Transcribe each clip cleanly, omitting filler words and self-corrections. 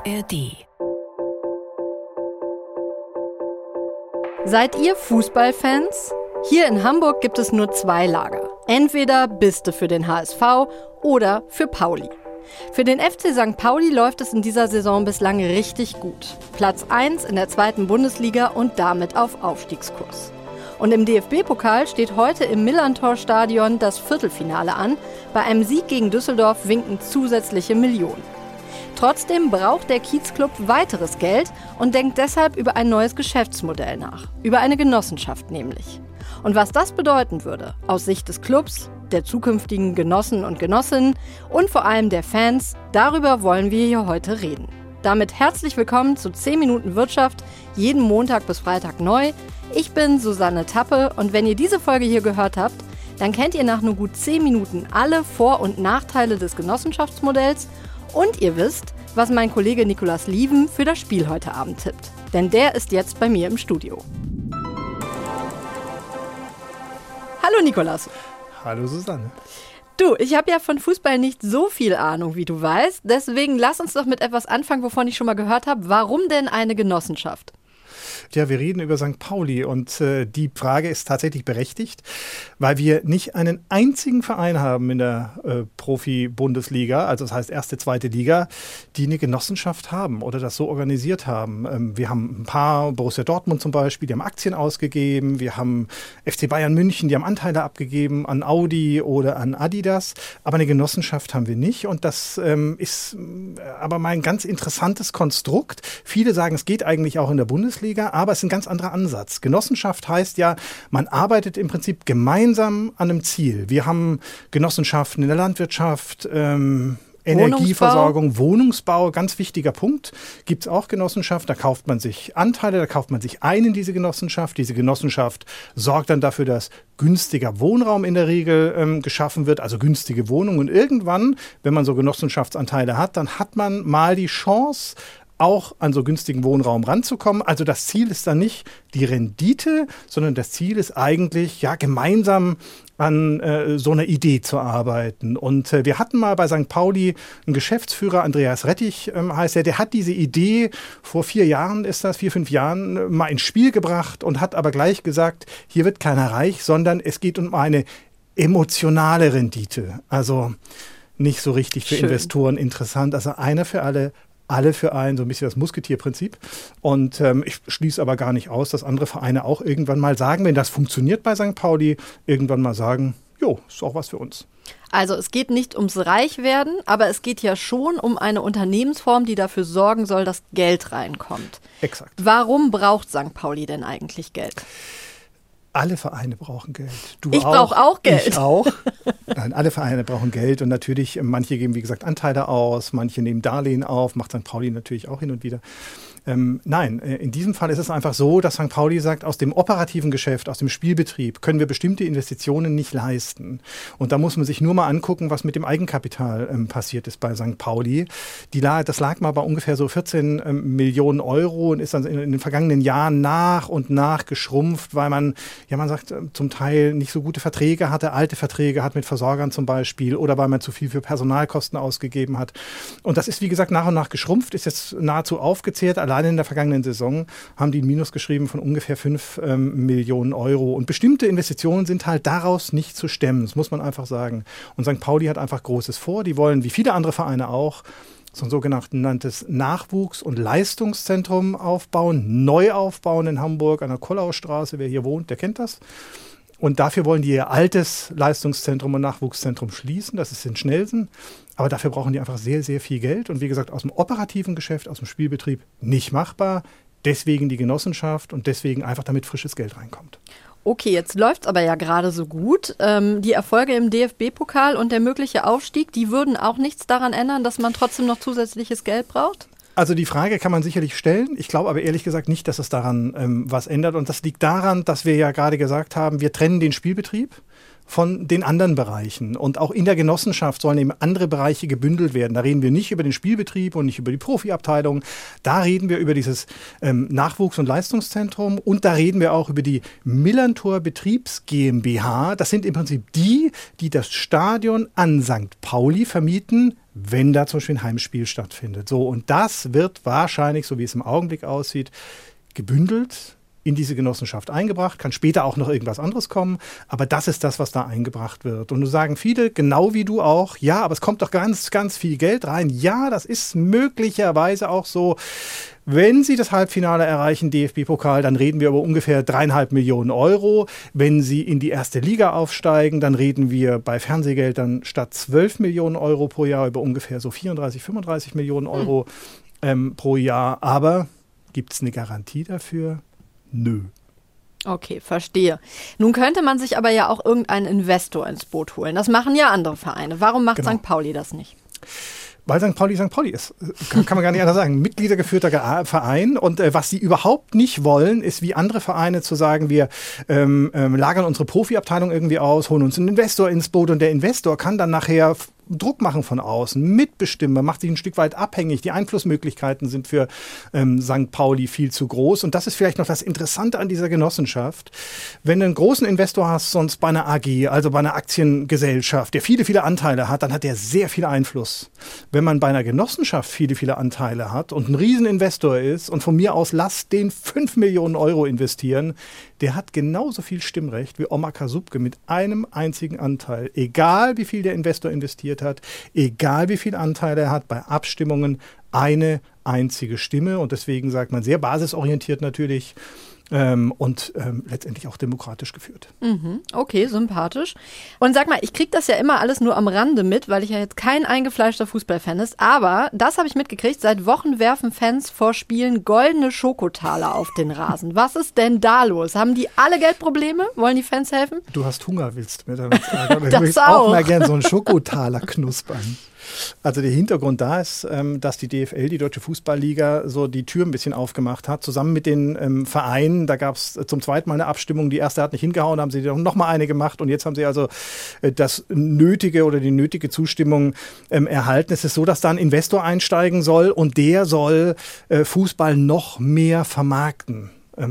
ARD. Seid ihr Fußballfans? Hier in Hamburg gibt es nur zwei Lager. Entweder bist du für den HSV oder für Pauli. Für den FC St. Pauli läuft es in dieser Saison bislang richtig gut. Platz 1 in der 2. Bundesliga und damit auf Aufstiegskurs. Und im DFB-Pokal steht heute im Millerntor-Stadion das Viertelfinale an. Bei einem Sieg gegen Düsseldorf winken zusätzliche Millionen. Trotzdem braucht der Kiezclub weiteres Geld und denkt deshalb über ein neues Geschäftsmodell nach. Über eine Genossenschaft nämlich. Und was das bedeuten würde, aus Sicht des Clubs, der zukünftigen Genossen und Genossinnen und vor allem der Fans, darüber wollen wir hier heute reden. Damit herzlich willkommen zu 10 Minuten Wirtschaft, jeden Montag bis Freitag neu. Ich bin Susanne Tappe und wenn ihr diese Folge hier gehört habt, dann kennt ihr nach nur gut 10 Minuten alle Vor- und Nachteile des Genossenschaftsmodells und ihr wisst, was mein Kollege Nikolaus Lieven für das Spiel heute Abend tippt. Denn der ist jetzt bei mir im Studio. Hallo Nikolaus. Hallo Susanne. Du, ich habe ja von Fußball nicht so viel Ahnung, wie du weißt. Deswegen lass uns doch mit etwas anfangen, wovon ich schon mal gehört habe. Warum denn eine Genossenschaft? Ja, wir reden über St. Pauli und die Frage ist tatsächlich berechtigt, weil wir nicht einen einzigen Verein haben in der Profi-Bundesliga, also das heißt erste, zweite Liga, die eine Genossenschaft haben oder das so organisiert haben. Wir haben ein paar, Borussia Dortmund zum Beispiel, die haben Aktien ausgegeben, wir haben FC Bayern München, die haben Anteile abgegeben an Audi oder an Adidas, aber eine Genossenschaft haben wir nicht und das ist aber mal ein ganz interessantes Konstrukt. Viele sagen, es geht eigentlich auch in der Bundesliga, aber es ist ein ganz anderer Ansatz. Genossenschaft heißt ja, man arbeitet im Prinzip gemeinsam an einem Ziel. Wir haben Genossenschaften in der Landwirtschaft, Energieversorgung, Wohnungsbau, ganz wichtiger Punkt. Gibt es auch Genossenschaft, da kauft man sich Anteile, da kauft man sich ein in diese Genossenschaft. Diese Genossenschaft sorgt dann dafür, dass günstiger Wohnraum in der Regel geschaffen wird, also günstige Wohnungen. Und irgendwann, wenn man so Genossenschaftsanteile hat, dann hat man mal die Chance, auch an so günstigen Wohnraum ranzukommen. Also das Ziel ist dann nicht die Rendite, sondern das Ziel ist eigentlich, ja, gemeinsam an so einer Idee zu arbeiten. Und wir hatten mal bei St. Pauli einen Geschäftsführer, Andreas Rettich heißt er, der hat diese Idee vor 4 Jahren, 5 Jahren, mal ins Spiel gebracht und hat aber gleich gesagt, hier wird keiner reich, sondern es geht um eine emotionale Rendite. Also nicht so richtig für Investoren interessant. Also einer für alle für einen, so ein bisschen das Musketierprinzip. Und ich schließe aber gar nicht aus, dass andere Vereine auch irgendwann mal sagen, wenn das funktioniert bei St. Pauli, irgendwann mal sagen, jo, ist auch was für uns. Also es geht nicht ums Reichwerden, aber es geht ja schon um eine Unternehmensform, die dafür sorgen soll, dass Geld reinkommt. Exakt. Warum braucht St. Pauli denn eigentlich Geld? Alle Vereine brauchen Geld. Ich brauche auch Geld. Ich auch. Nein, alle Vereine brauchen Geld und natürlich, manche geben, wie gesagt, Anteile aus, manche nehmen Darlehen auf, macht St. Pauli natürlich auch hin und wieder. Nein, in diesem Fall ist es einfach so, dass St. Pauli sagt, aus dem operativen Geschäft, aus dem Spielbetrieb können wir bestimmte Investitionen nicht leisten. Und da muss man sich nur mal angucken, was mit dem Eigenkapital passiert ist bei St. Pauli. Das lag mal bei ungefähr so 14 Millionen Euro und ist dann in den vergangenen Jahren nach und nach geschrumpft, weil man sagt, zum Teil nicht so gute Verträge hatte, alte Verträge hat mit Versorgern zum Beispiel oder weil man zu viel für Personalkosten ausgegeben hat. Und das ist, wie gesagt, nach und nach geschrumpft, ist jetzt nahezu aufgezehrt. Allein in der vergangenen Saison haben die ein Minus geschrieben von ungefähr 5 Millionen Euro. Und bestimmte Investitionen sind halt daraus nicht zu stemmen, das muss man einfach sagen. Und St. Pauli hat einfach Großes vor. Die wollen, wie viele andere Vereine auch, so ein sogenanntes Nachwuchs- und Leistungszentrum aufbauen, neu aufbauen in Hamburg an der Kollaustraße. Wer hier wohnt, der kennt das. Und dafür wollen die ihr altes Leistungszentrum und Nachwuchszentrum schließen. Das ist in Schnelsen. Aber dafür brauchen die einfach sehr, sehr viel Geld. Und wie gesagt, aus dem operativen Geschäft, aus dem Spielbetrieb nicht machbar. Deswegen die Genossenschaft und deswegen einfach, damit frisches Geld reinkommt. Okay, jetzt läuft es aber ja gerade so gut. Die Erfolge im DFB-Pokal und der mögliche Aufstieg, die würden auch nichts daran ändern, dass man trotzdem noch zusätzliches Geld braucht? Also die Frage kann man sicherlich stellen. Ich glaube aber ehrlich gesagt nicht, dass es daran was ändert. Und das liegt daran, dass wir ja gerade gesagt haben, wir trennen den Spielbetrieb von den anderen Bereichen. Und auch in der Genossenschaft sollen eben andere Bereiche gebündelt werden. Da reden wir nicht über den Spielbetrieb und nicht über die Profiabteilung. Da reden wir über dieses Nachwuchs- und Leistungszentrum und da reden wir auch über die Millantor Betriebs GmbH. Das sind im Prinzip die das Stadion an St. Pauli vermieten, wenn da zum Beispiel ein Heimspiel stattfindet. So, und das wird wahrscheinlich, so wie es im Augenblick aussieht, gebündelt in diese Genossenschaft eingebracht, kann später auch noch irgendwas anderes kommen, aber das ist das, was da eingebracht wird. Und du sagen viele, genau wie du auch, ja, aber es kommt doch ganz, ganz viel Geld rein. Ja, das ist möglicherweise auch so. Wenn sie das Halbfinale erreichen, DFB-Pokal, dann reden wir über ungefähr 3,5 Millionen Euro. Wenn sie in die erste Liga aufsteigen, dann reden wir bei Fernsehgeldern statt 12 Millionen Euro pro Jahr über ungefähr so 34, 35 Millionen Euro pro Jahr. Aber gibt es eine Garantie dafür? Nö. Okay, verstehe. Nun könnte man sich aber ja auch irgendeinen Investor ins Boot holen. Das machen ja andere Vereine. Warum macht St. Pauli das nicht? Weil St. Pauli ist. Kann man gar nicht anders sagen. Mitgliedergeführter Verein. Und was sie überhaupt nicht wollen, ist wie andere Vereine zu sagen, wir lagern unsere Profiabteilung irgendwie aus, holen uns einen Investor ins Boot und der Investor kann dann nachher Druck machen von außen, mitbestimmen, macht sich ein Stück weit abhängig. Die Einflussmöglichkeiten sind für St. Pauli viel zu groß. Und das ist vielleicht noch das Interessante an dieser Genossenschaft. Wenn du einen großen Investor hast, sonst bei einer AG, also bei einer Aktiengesellschaft, der viele, viele Anteile hat, dann hat der sehr viel Einfluss. Wenn man bei einer Genossenschaft viele, viele Anteile hat und ein Rieseninvestor ist und von mir aus lasst den 5 Millionen Euro investieren, der hat genauso viel Stimmrecht wie Omar Kasubke mit einem einzigen Anteil. Egal wie viel der Investor investiert hat, egal wie viel Anteil er hat, bei Abstimmungen eine einzige Stimme. Und deswegen sagt man sehr basisorientiert natürlich und letztendlich auch demokratisch geführt. Okay, sympathisch. Und sag mal, ich kriege das ja immer alles nur am Rande mit, weil ich ja jetzt kein eingefleischter Fußballfan ist. Aber das habe ich mitgekriegt. Seit Wochen werfen Fans vor Spielen goldene Schokotaler auf den Rasen. Was ist denn da los? Haben die alle Geldprobleme? Wollen die Fans helfen? Du hast Hunger, willst du mir damit sagen? Das ich möchte auch mal gerne so einen Schokotaler knuspern. Also der Hintergrund da ist, dass die DFL, die Deutsche Fußballliga, so die Tür ein bisschen aufgemacht hat, zusammen mit den Vereinen. Da gab es zum zweiten Mal eine Abstimmung. Die erste hat nicht hingehauen, da haben sie noch mal eine gemacht. Und jetzt haben sie also das nötige oder die nötige Zustimmung erhalten. Es ist so, dass da ein Investor einsteigen soll und der soll Fußball noch mehr vermarkten.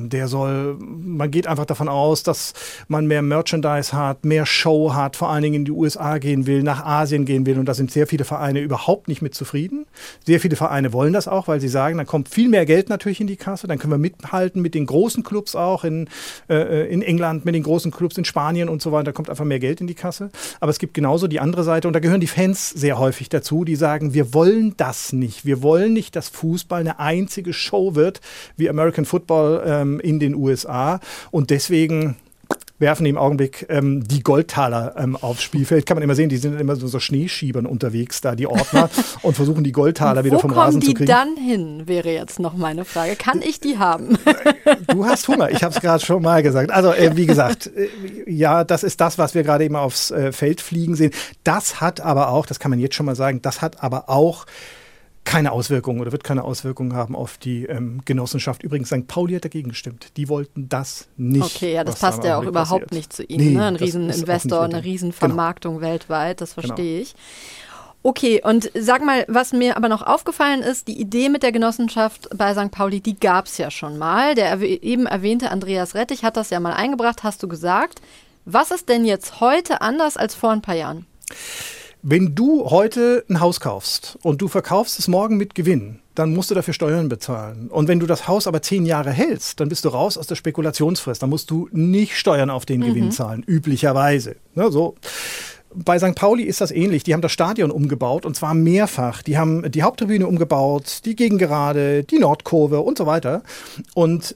Man geht einfach davon aus, dass man mehr Merchandise hat, mehr Show hat, vor allen Dingen in die USA gehen will, nach Asien gehen will. Und da sind sehr viele Vereine überhaupt nicht mit zufrieden. Sehr viele Vereine wollen das auch, weil sie sagen, dann kommt viel mehr Geld natürlich in die Kasse. Dann können wir mithalten mit den großen Clubs auch in England, mit den großen Clubs in Spanien und so weiter. Da kommt einfach mehr Geld in die Kasse. Aber es gibt genauso die andere Seite. Und da gehören die Fans sehr häufig dazu, die sagen, wir wollen das nicht. Wir wollen nicht, dass Fußball eine einzige Show wird, wie American Football in den USA und deswegen werfen im Augenblick die Goldtaler aufs Spielfeld. Kann man immer sehen, die sind immer so Schneeschiebern unterwegs, da die Ordner und versuchen die Goldtaler wieder vom Rasen zu kriegen. Wo kommen die dann hin, wäre jetzt noch meine Frage. Kann ich die haben? Du hast Hunger, ich habe es gerade schon mal gesagt. Also wie gesagt, ja, das ist das, was wir gerade eben aufs Feld fliegen sehen. Das hat aber auch, das kann man jetzt schon mal sagen, das hat aber auch keine Auswirkungen oder wird keine Auswirkungen haben auf die Genossenschaft. Übrigens, St. Pauli hat dagegen gestimmt. Die wollten das nicht. Okay, ja, das passt ja auch überhaupt nicht zu ihnen. Nee, ne? Ein Rieseninvestor, eine Riesenvermarktung weltweit, das verstehe ich. Okay, und sag mal, was mir aber noch aufgefallen ist, die Idee mit der Genossenschaft bei St. Pauli, die gab es ja schon mal. Der eben erwähnte Andreas Rettich hat das ja mal eingebracht, hast du gesagt. Was ist denn jetzt heute anders als vor ein paar Jahren? Wenn du heute ein Haus kaufst und du verkaufst es morgen mit Gewinn, dann musst du dafür Steuern bezahlen. Und wenn du das Haus aber 10 Jahre hältst, dann bist du raus aus der Spekulationsfrist. Dann musst du nicht Steuern auf den Gewinn zahlen, üblicherweise. Ne, so. Bei St. Pauli ist das ähnlich. Die haben das Stadion umgebaut und zwar mehrfach. Die haben die Haupttribüne umgebaut, die Gegengerade, die Nordkurve und so weiter. Und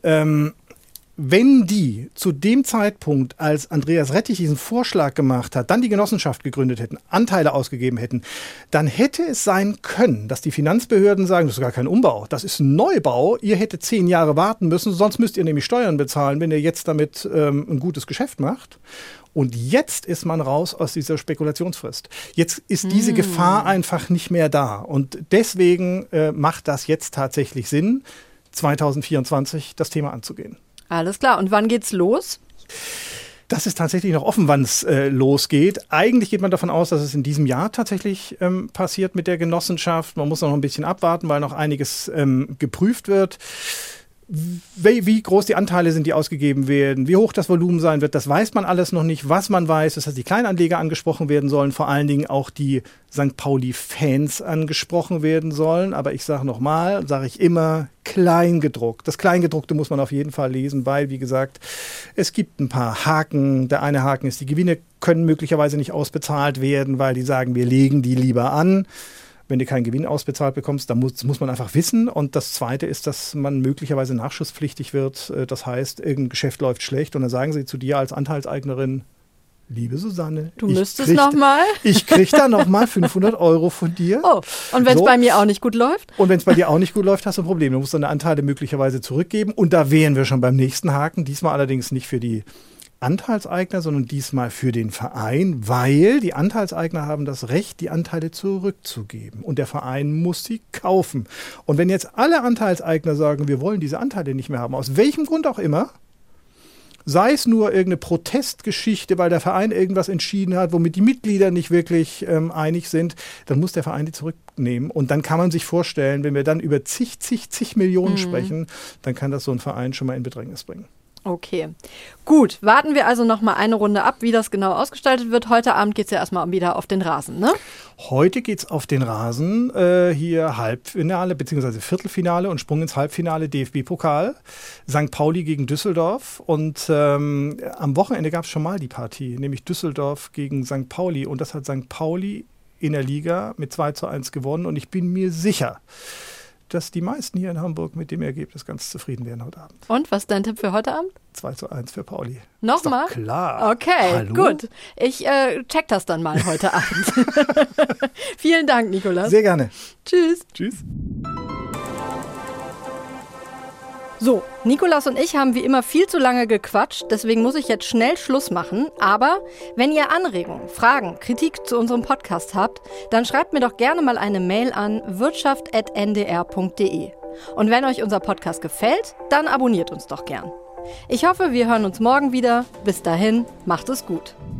wenn die zu dem Zeitpunkt, als Andreas Rettich diesen Vorschlag gemacht hat, dann die Genossenschaft gegründet hätten, Anteile ausgegeben hätten, dann hätte es sein können, dass die Finanzbehörden sagen, das ist gar kein Umbau, das ist ein Neubau, ihr hättet 10 Jahre warten müssen, sonst müsst ihr nämlich Steuern bezahlen, wenn ihr jetzt damit ein gutes Geschäft macht. Und jetzt ist man raus aus dieser Spekulationsfrist. Jetzt ist diese Gefahr einfach nicht mehr da. Und deswegen macht das jetzt tatsächlich Sinn, 2024 das Thema anzugehen. Alles klar. Und wann geht's los? Das ist tatsächlich noch offen, wann es losgeht. Eigentlich geht man davon aus, dass es in diesem Jahr tatsächlich passiert mit der Genossenschaft. Man muss noch ein bisschen abwarten, weil noch einiges geprüft wird. Wie groß die Anteile sind, die ausgegeben werden, wie hoch das Volumen sein wird, das weiß man alles noch nicht. Was man weiß, ist, dass die Kleinanleger angesprochen werden sollen, vor allen Dingen auch die St. Pauli-Fans angesprochen werden sollen. Aber ich sage nochmal, sage ich immer, Kleingedruckt. Das Kleingedruckte muss man auf jeden Fall lesen, weil, wie gesagt, es gibt ein paar Haken. Der eine Haken ist, die Gewinne können möglicherweise nicht ausbezahlt werden, weil die sagen, wir legen die lieber an. Wenn du keinen Gewinn ausbezahlt bekommst, dann muss man einfach wissen. Und das Zweite ist, dass man möglicherweise nachschusspflichtig wird. Das heißt, irgendein Geschäft läuft schlecht und dann sagen sie zu dir als Anteilseignerin, liebe Susanne, du müsstest nochmal. Ich kriege da nochmal 500 € von dir. Oh, und wenn es bei mir auch nicht gut läuft? Und wenn es bei dir auch nicht gut läuft, hast du ein Problem. Du musst deine Anteile möglicherweise zurückgeben. Und da wären wir schon beim nächsten Haken. Diesmal allerdings nicht für die Anteilseigner, sondern diesmal für den Verein, weil die Anteilseigner haben das Recht, die Anteile zurückzugeben. Und der Verein muss sie kaufen. Und wenn jetzt alle Anteilseigner sagen, wir wollen diese Anteile nicht mehr haben, aus welchem Grund auch immer, sei es nur irgendeine Protestgeschichte, weil der Verein irgendwas entschieden hat, womit die Mitglieder nicht wirklich einig sind, dann muss der Verein die zurücknehmen. Und dann kann man sich vorstellen, wenn wir dann über zig Millionen sprechen, dann kann das so ein Verein schon mal in Bedrängnis bringen. Okay, gut. Warten wir also noch mal eine Runde ab, wie das genau ausgestaltet wird. Heute Abend geht es ja erstmal wieder auf den Rasen, ne? Heute geht es auf den Rasen, hier Halbfinale bzw. Viertelfinale und Sprung ins Halbfinale DFB-Pokal. St. Pauli gegen Düsseldorf und am Wochenende gab es schon mal die Partie, nämlich Düsseldorf gegen St. Pauli. Und das hat St. Pauli in der Liga mit 2:1 gewonnen und ich bin mir sicher, dass die meisten hier in Hamburg mit dem Ergebnis ganz zufrieden wären heute Abend. Und was ist dein Tipp für heute Abend? 2:1 für Pauli. Nochmal? Klar. Okay, Hallo? gut. Ich check das dann mal heute Abend. Vielen Dank, Nikolas. Sehr gerne. Tschüss. Tschüss. So, Nikolas und ich haben wie immer viel zu lange gequatscht, deswegen muss ich jetzt schnell Schluss machen. Aber wenn ihr Anregungen, Fragen, Kritik zu unserem Podcast habt, dann schreibt mir doch gerne mal eine Mail an wirtschaft@ndr.de. Und wenn euch unser Podcast gefällt, dann abonniert uns doch gern. Ich hoffe, wir hören uns morgen wieder. Bis dahin, macht es gut.